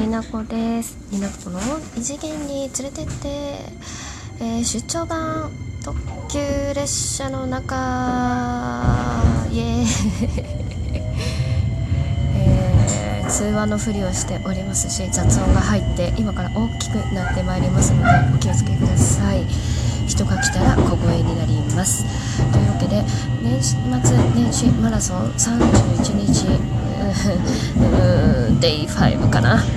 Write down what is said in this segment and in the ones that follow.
みなこです。みなこの異次元に連れてって、出張版特急列車の中イエーイ通話のふりをしておりますし、雑音が入って今から大きくなってまいりますのでお気をつけください。人が来たら小声になります。というわけで、年末年始マラソン31日デイ5かな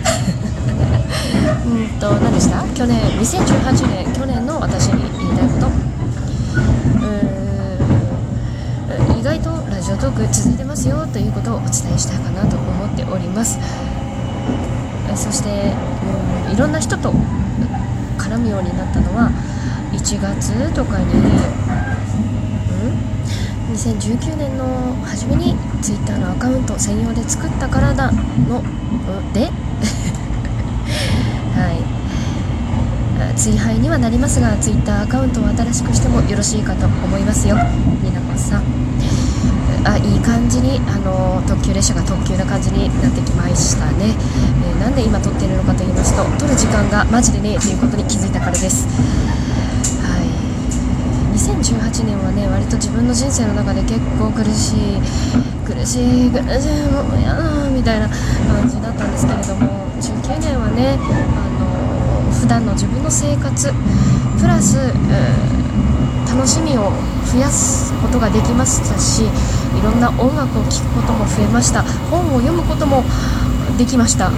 何でした？去年2018年去年の私に言いたいこと、意外とラジオトーク続いてますよということをお伝えしたいかなと思っております。そしていろんな人と絡むようになったのは1月とかに2019年の初めにツイッターのアカウント専用で作ったからだのではい、追廃にはなりますがツイッターアカウントを新しくしてもよろしいかと思いますよ。みなこさん、いい感じに特急列車が特急な感じになってきましたね。なんで今撮っているのかと言いますと、撮る時間がマジでねえということに気づいたからです。2018年はね、割と自分の人生の中で結構苦しいもうやだみたいな感じだったんですけれども、19年はね、普段の自分の生活プラス、楽しみを増やすことができましたし、いろんな音楽を聴くことも増えました。本を読むこともできました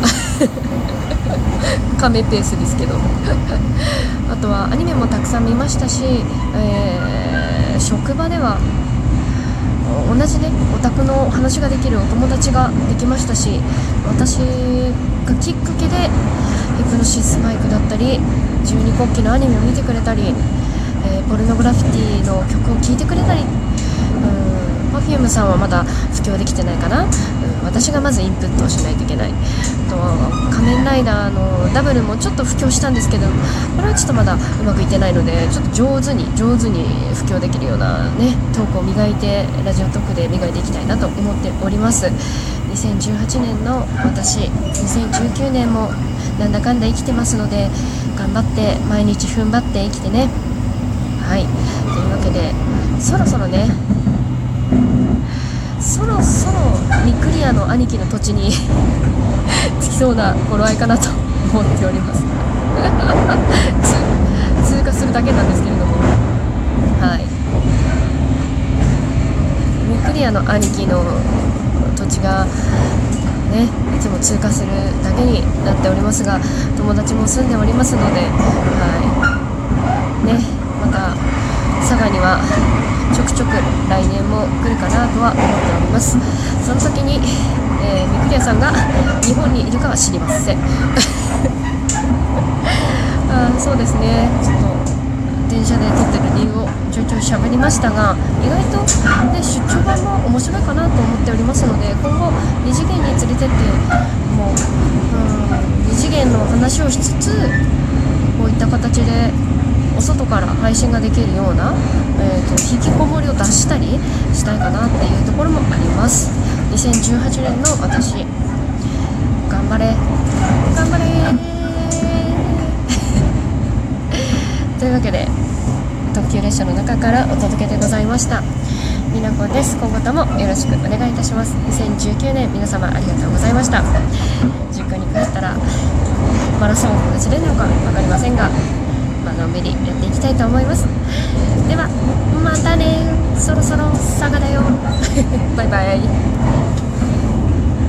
カメペースですけどあとはアニメもたくさん見ましたし、職場では同じねオタクの話ができるお友達ができましたし、私がきっかけでヒプノシスマイクだったり12国旗のアニメを見てくれたり、ポルノグラフィティの曲を聴いてくれたり、Perfume さんはまだ布教できてないかな、私がまずインプットをしないといけない。あとは仮面ライダーのダブルもちょっと布教したんですけど、これはちょっとまだうまくいってないので、ちょっと上手に布教できるようなねトークを磨いて、ラジオトークで磨いていきたいなと思っております。2018年の私、2019年もなんだかんだ生きてますので、頑張って毎日踏ん張って生きてね。はい、というわけでそろそろミクリアの兄貴の土地に着きそうな頃合いかなと思っております通過するだけなんですけれども、はい、ミクリアの兄貴の土地がね、いつも通過するだけになっておりますが、友達も住んでおりますので、はいね、また佐賀にはちょくちょく来年も来るかなとは思っております。その時に、ミクリアさんが日本にいるかは知りませんそうですね、ちょっと電車で撮ってる理由をちょいちょい喋りましたが、意外と、ね、出張版も面白いかなと思っておりますので、今後二次元に連れてってもう二次元の話をしつつ、こういった形でお外から配信ができるような、引きこもりを出したりしたいかなっていうところもあります。2018年の私、頑張れというわけで、特急列車の中からお届けでございました。みなこです。今後ともよろしくお願いいたします。2019年皆様ありがとうございました。実家に帰ったらマラソンを走れるのか分かりませんが、のんびりやっていきたいと思います。ではまたね、そろそろ佐賀だよバイバイ。